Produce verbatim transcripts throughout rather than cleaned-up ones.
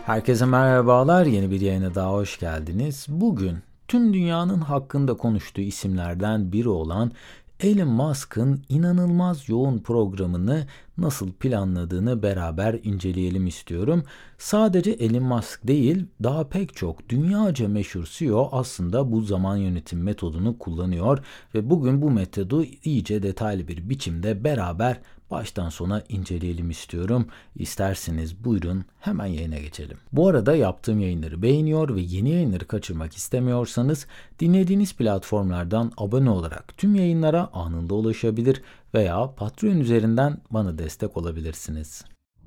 Herkese merhabalar, yeni bir yayına daha hoş geldiniz. Bugün tüm dünyanın hakkında konuştuğu isimlerden biri olan Elon Musk'ın inanılmaz yoğun programını nasıl planladığını beraber inceleyelim istiyorum. Sadece Elon Musk değil, daha pek çok dünyaca meşhur C E O aslında bu zaman yönetim metodunu kullanıyor ve bugün bu metodu iyice detaylı bir biçimde beraber baştan sona inceleyelim istiyorum. İsterseniz buyurun hemen yayına geçelim. Bu arada yaptığım yayınları beğeniyor ve yeni yayınları kaçırmak istemiyorsanız dinlediğiniz platformlardan abone olarak tüm yayınlara anında ulaşabilir veya Patreon üzerinden bana destek olabilirsiniz.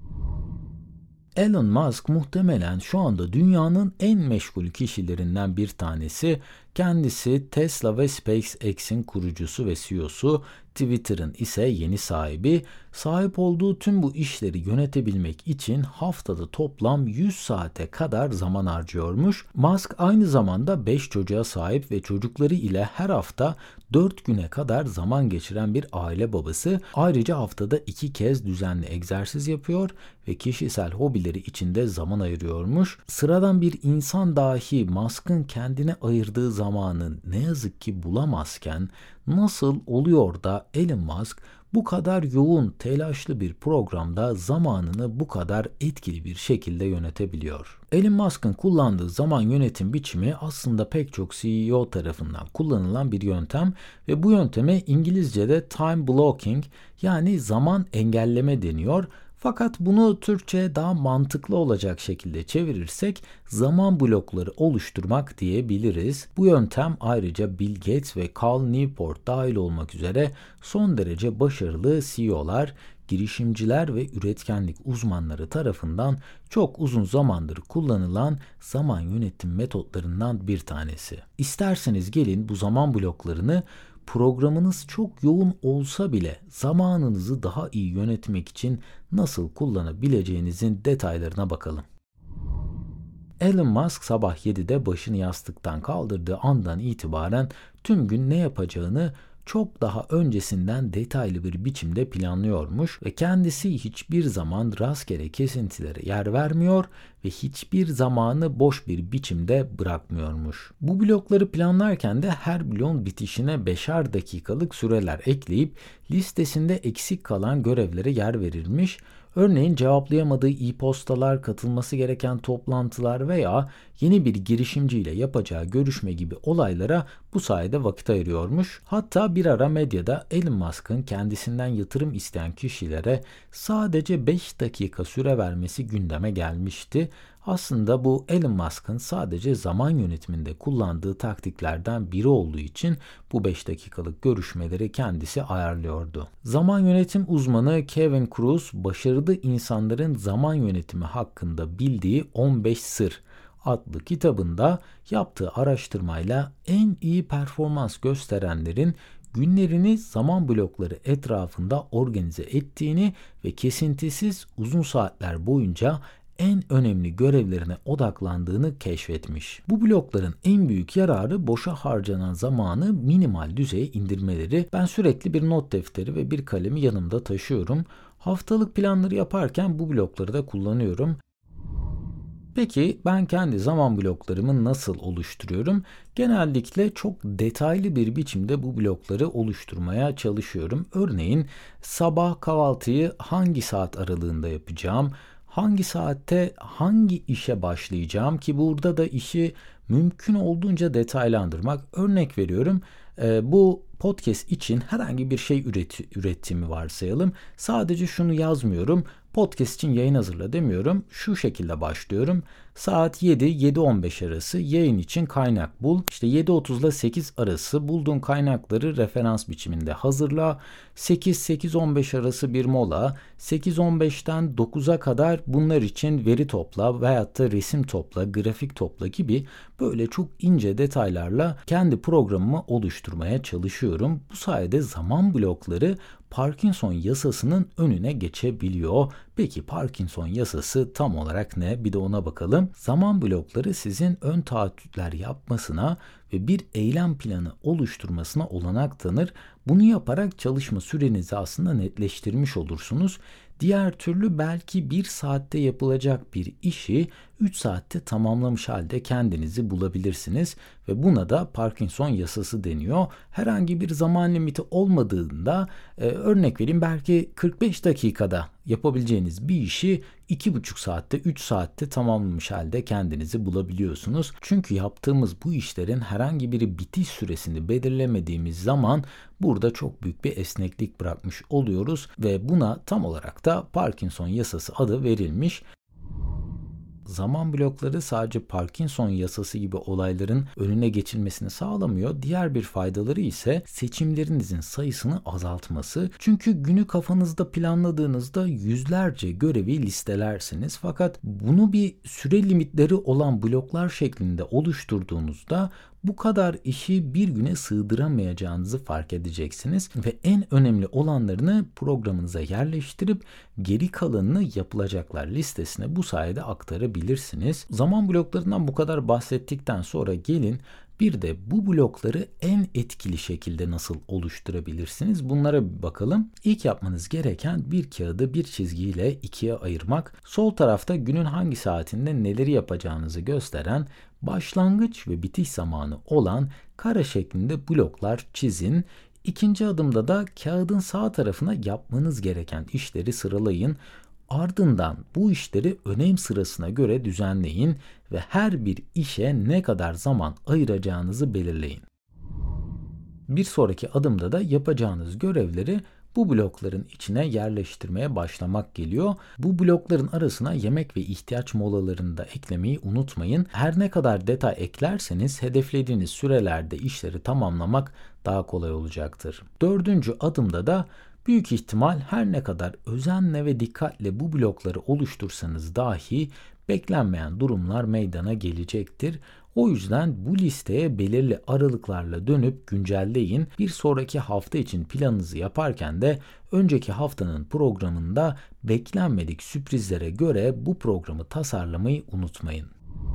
Elon Musk muhtemelen şu anda dünyanın en meşgul kişilerinden bir tanesi. Kendisi Tesla ve SpaceX'in kurucusu ve C E O'su, Twitter'ın ise yeni sahibi. Sahip olduğu tüm bu işleri yönetebilmek için haftada toplam yüz saate kadar zaman harcıyormuş. Musk aynı zamanda beş çocuğa sahip ve çocukları ile her hafta dört güne kadar zaman geçiren bir aile babası. Ayrıca haftada iki kez düzenli egzersiz yapıyor ve kişisel hobileri için de zaman ayırıyormuş. Sıradan bir insan dahi Musk'ın kendine ayırdığı zamanı ne yazık ki bulamazken nasıl oluyor da Elon Musk bu kadar yoğun, telaşlı bir programda zamanını bu kadar etkili bir şekilde yönetebiliyor? Elon Musk'ın kullandığı zaman yönetim biçimi aslında pek çok C E O tarafından kullanılan bir yöntem ve bu yönteme İngilizce'de time blocking yani zaman engelleme deniyor. Fakat bunu Türkçe daha mantıklı olacak şekilde çevirirsek zaman blokları oluşturmak diyebiliriz. Bu yöntem ayrıca Bill Gates ve Cal Newport dahil olmak üzere son derece başarılı C E O'lar, girişimciler ve üretkenlik uzmanları tarafından çok uzun zamandır kullanılan zaman yönetim metotlarından bir tanesi. İsterseniz gelin bu zaman bloklarını programınız çok yoğun olsa bile zamanınızı daha iyi yönetmek için nasıl kullanabileceğinizin detaylarına bakalım. Elon Musk sabah yedide başını yastıktan kaldırdığı andan itibaren tüm gün ne yapacağını çok daha öncesinden detaylı bir biçimde planlıyormuş ve kendisi hiçbir zaman rastgele kesintilere yer vermiyor ve hiçbir zamanı boş bir biçimde bırakmıyormuş. Bu blokları planlarken de her bloğun bitişine beşer dakikalık süreler ekleyip listesinde eksik kalan görevlere yer verilmiş. Örneğin cevaplayamadığı e-postalar, katılması gereken toplantılar veya yeni bir girişimciyle yapacağı görüşme gibi olaylara bu sayede vakit ayırıyormuş. Hatta bir ara medyada Elon Musk'ın kendisinden yatırım isteyen kişilere sadece beş dakika süre vermesi gündeme gelmişti. Aslında bu Elon Musk'ın sadece zaman yönetiminde kullandığı taktiklerden biri olduğu için bu beş dakikalık görüşmeleri kendisi ayarlıyordu. Zaman yönetim uzmanı Kevin Kruse, başarılı insanların zaman yönetimi hakkında bildiği on beş sır adlı kitabında yaptığı araştırmayla en iyi performans gösterenlerin günlerini zaman blokları etrafında organize ettiğini ve kesintisiz uzun saatler boyunca en önemli görevlerine odaklandığını keşfetmiş. Bu blokların en büyük yararı boşa harcanan zamanı minimal düzeye indirmeleri. Ben sürekli bir not defteri ve bir kalemi yanımda taşıyorum. Haftalık planları yaparken bu blokları da kullanıyorum. Peki ben kendi zaman bloklarımı nasıl oluşturuyorum? Genellikle çok detaylı bir biçimde bu blokları oluşturmaya çalışıyorum. Örneğin sabah kahvaltıyı hangi saat aralığında yapacağım? Hangi saatte hangi işe başlayacağım ki burada da işi mümkün olduğunca detaylandırmak. Örnek veriyorum, e, bu podcast için herhangi bir şey üret, ürettiğimi varsayalım. Sadece şunu yazmıyorum. Podcast için yayın hazırla demiyorum. Şu şekilde başlıyorum. Saat yedi yedi on beş arası yayın için kaynak bul. İşte yedi otuz ile sekiz arası bulduğun kaynakları referans biçiminde hazırla. sekiz sekiz on beş arası bir mola. sekiz on beşten dokuza kadar bunlar için veri topla veyahut da resim topla, grafik topla gibi böyle çok ince detaylarla kendi programımı oluşturmaya çalışıyorum. Bu sayede zaman blokları Parkinson yasasının önüne geçebiliyor. Peki Parkinson yasası tam olarak ne? Bir de ona bakalım. Zaman blokları sizin ön taahhütler yapmasına ve bir eylem planı oluşturmasına olanak tanır. Bunu yaparak çalışma sürenizi aslında netleştirmiş olursunuz. Diğer türlü belki bir saatte yapılacak bir işi üç saatte tamamlamış halde kendinizi bulabilirsiniz ve buna da Parkinson yasası deniyor. Herhangi bir zaman limiti olmadığında e, örnek vereyim, belki kırk beş dakikada yapabileceğiniz bir işi iki buçuk saatte, üç saatte tamamlamış halde kendinizi bulabiliyorsunuz. Çünkü yaptığımız bu işlerin herhangi bir bitiş süresini belirlemediğimiz zaman burada çok büyük bir esneklik bırakmış oluyoruz ve buna tam olarak da Parkinson yasası adı verilmiş. Zaman blokları sadece Parkinson yasası gibi olayların önüne geçilmesini sağlamıyor. Diğer bir faydaları ise seçimlerinizin sayısını azaltması. Çünkü günü kafanızda planladığınızda yüzlerce görevi listelersiniz. Fakat bunu bir süre limitleri olan bloklar şeklinde oluşturduğunuzda bu kadar işi bir güne sığdıramayacağınızı fark edeceksiniz ve en önemli olanlarını programınıza yerleştirip geri kalanını yapılacaklar listesine bu sayede aktarabilirsiniz. Zaman bloklarından bu kadar bahsettikten sonra gelin bir de bu blokları en etkili şekilde nasıl oluşturabilirsiniz? Bunlara bir bakalım. İlk yapmanız gereken bir kağıdı bir çizgiyle ikiye ayırmak. Sol tarafta günün hangi saatinde neleri yapacağınızı gösteren başlangıç ve bitiş zamanı olan kare şeklinde bloklar çizin. İkinci adımda da kağıdın sağ tarafına yapmanız gereken işleri sıralayın. Ardından bu işleri önem sırasına göre düzenleyin ve her bir işe ne kadar zaman ayıracağınızı belirleyin. Bir sonraki adımda da yapacağınız görevleri bu blokların içine yerleştirmeye başlamak geliyor. Bu blokların arasına yemek ve ihtiyaç molalarını da eklemeyi unutmayın. Her ne kadar detay eklerseniz hedeflediğiniz sürelerde işleri tamamlamak daha kolay olacaktır. Dördüncü adımda da büyük ihtimal her ne kadar özenle ve dikkatle bu blokları oluştursanız dahi beklenmeyen durumlar meydana gelecektir. O yüzden bu listeye belirli aralıklarla dönüp güncelleyin. Bir sonraki hafta için planınızı yaparken de önceki haftanın programında beklenmedik sürprizlere göre bu programı tasarlamayı unutmayın.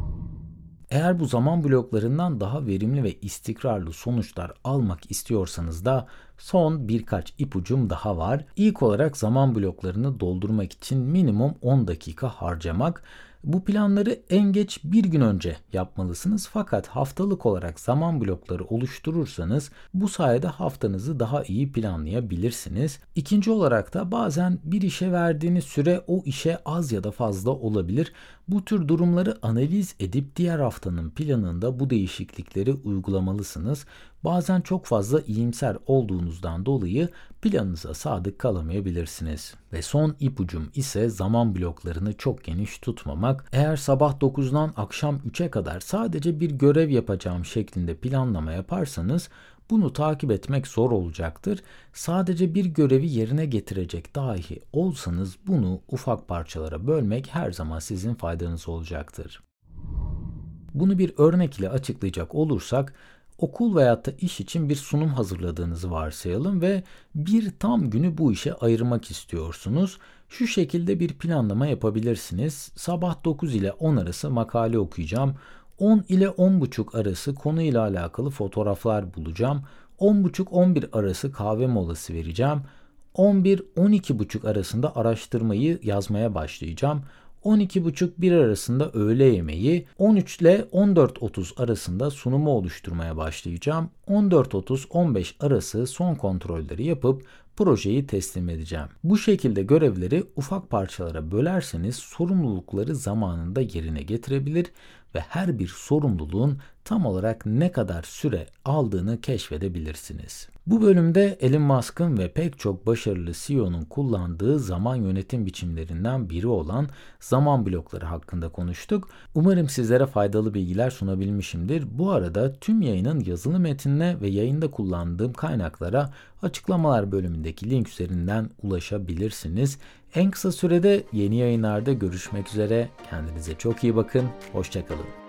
Eğer bu zaman bloklarından daha verimli ve istikrarlı sonuçlar almak istiyorsanız da son birkaç ipucum daha var. İlk olarak zaman bloklarını doldurmak için minimum on dakika harcamak. Bu planları en geç bir gün önce yapmalısınız, fakat haftalık olarak zaman blokları oluşturursanız bu sayede haftanızı daha iyi planlayabilirsiniz. İkinci olarak da bazen bir işe verdiğiniz süre o işe az ya da fazla olabilir. Bu tür durumları analiz edip diğer haftanın planında bu değişiklikleri uygulamalısınız. Bazen çok fazla iyimser olduğunuzdan dolayı planınıza sadık kalamayabilirsiniz. Ve son ipucum ise zaman bloklarını çok geniş tutmamak. Eğer sabah dokuzdan akşam üçe kadar sadece bir görev yapacağım şeklinde planlama yaparsanız bunu takip etmek zor olacaktır. Sadece bir görevi yerine getirecek dahi olsanız bunu ufak parçalara bölmek her zaman sizin faydanız olacaktır. Bunu bir örnek ile açıklayacak olursak, okul veyahut da iş için bir sunum hazırladığınızı varsayalım ve bir tam günü bu işe ayırmak istiyorsunuz. Şu şekilde bir planlama yapabilirsiniz. Sabah dokuz ile on arası makale okuyacağım. on ile on buçuk arası konuyla alakalı fotoğraflar bulacağım. on buçuk on bir arası kahve molası vereceğim. on bir on iki buçuk arasında araştırmayı yazmaya başlayacağım. on iki buçuk bir arasında öğle yemeği, on üç ile on dört otuz arasında sunumu oluşturmaya başlayacağım. on dört otuz on beş arası son kontrolleri yapıp projeyi teslim edeceğim. Bu şekilde görevleri ufak parçalara bölerseniz sorumlulukları zamanında yerine getirebilir ve her bir sorumluluğun tam olarak ne kadar süre aldığını keşfedebilirsiniz. Bu bölümde Elon Musk'ın ve pek çok başarılı C E O'nun kullandığı zaman yönetim biçimlerinden biri olan zaman blokları hakkında konuştuk. Umarım sizlere faydalı bilgiler sunabilmişimdir. Bu arada tüm yayının yazılı metnine ve yayında kullandığım kaynaklara açıklamalar bölümündeki link üzerinden ulaşabilirsiniz. En kısa sürede yeni yayınlarda görüşmek üzere. Kendinize çok iyi bakın. Hoşça kalın.